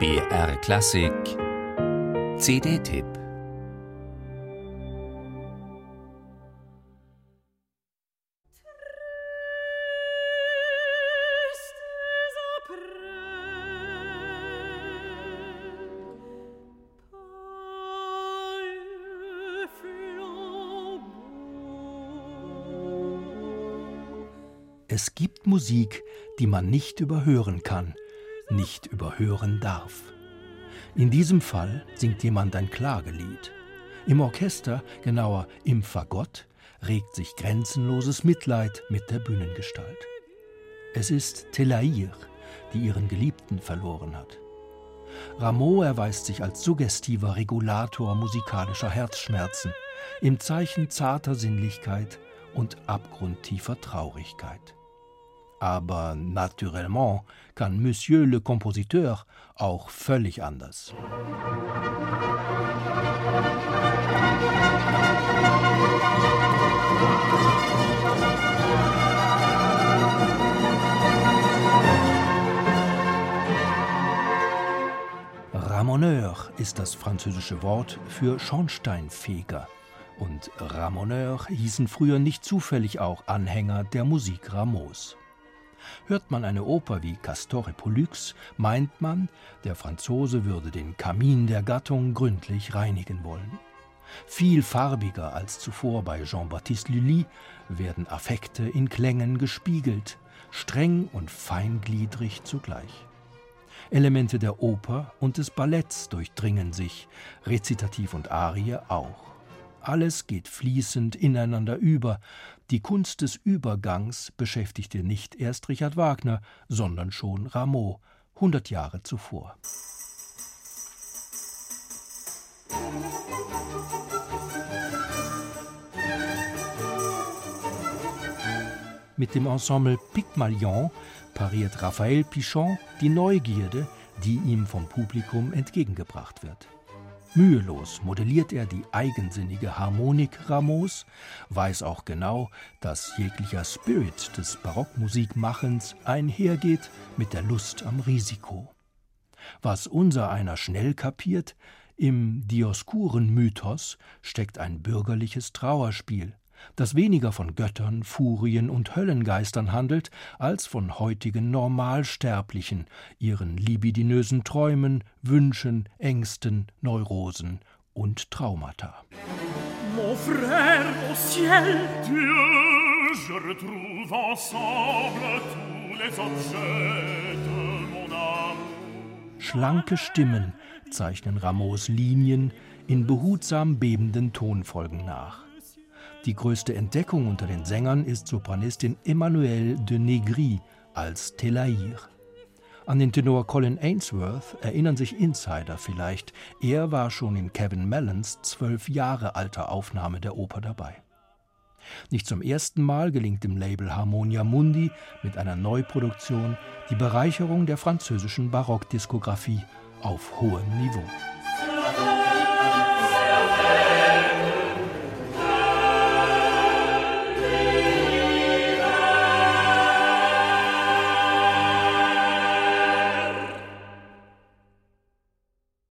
BR Klassik CD-Tipp. Es gibt Musik, die man nicht überhören kann, nicht überhören darf. In diesem Fall singt jemand ein Klagelied. Im Orchester, genauer im Fagott, regt sich grenzenloses Mitleid mit der Bühnengestalt. Es ist Tellaïr, die ihren Geliebten verloren hat. Rameau erweist sich als suggestiver Regulator musikalischer Herzschmerzen, im Zeichen zarter Sinnlichkeit und abgrundtiefer Traurigkeit. Aber naturellement kann Monsieur le Compositeur auch völlig anders. Ramoneur ist das französische Wort für Schornsteinfeger. Und Ramoneur hießen früher nicht zufällig auch Anhänger der Musik Rameaus. Hört man eine Oper wie Castor et Pollux, meint man, der Franzose würde den Kamin der Gattung gründlich reinigen wollen. Viel farbiger als zuvor bei Jean-Baptiste Lully werden Affekte in Klängen gespiegelt, streng und feingliedrig zugleich. Elemente der Oper und des Balletts durchdringen sich, Rezitativ und Arie auch. Alles geht fließend ineinander über. Die Kunst des Übergangs beschäftigte nicht erst Richard Wagner, sondern schon Rameau, 100 Jahre zuvor. Mit dem Ensemble Pygmalion pariert Raphael Pichon die Neugierde, die ihm vom Publikum entgegengebracht wird. Mühelos modelliert er die eigensinnige Harmonik Rameaus, weiß auch genau, dass jeglicher Spirit des Barockmusikmachens einhergeht mit der Lust am Risiko. Was unsereiner schnell kapiert, im Dioskuren-Mythos steckt ein bürgerliches Trauerspiel, das weniger von Göttern, Furien und Höllengeistern handelt, als von heutigen Normalsterblichen, ihren libidinösen Träumen, Wünschen, Ängsten, Neurosen und Traumata. Mon frère au ciel, Dieu, je retrouve ensemble tous les objets de mon amour. Schlanke Stimmen zeichnen Rameaus Linien in behutsam bebenden Tonfolgen nach. Die größte Entdeckung unter den Sängern ist Sopranistin Emmanuelle de Negri als Tellaïr. An den Tenor Colin Ainsworth erinnern sich Insider vielleicht. Er war schon in Kevin Mellons 12 Jahre alter Aufnahme der Oper dabei. Nicht zum ersten Mal gelingt dem Label Harmonia Mundi mit einer Neuproduktion die Bereicherung der französischen Barockdiskografie auf hohem Niveau.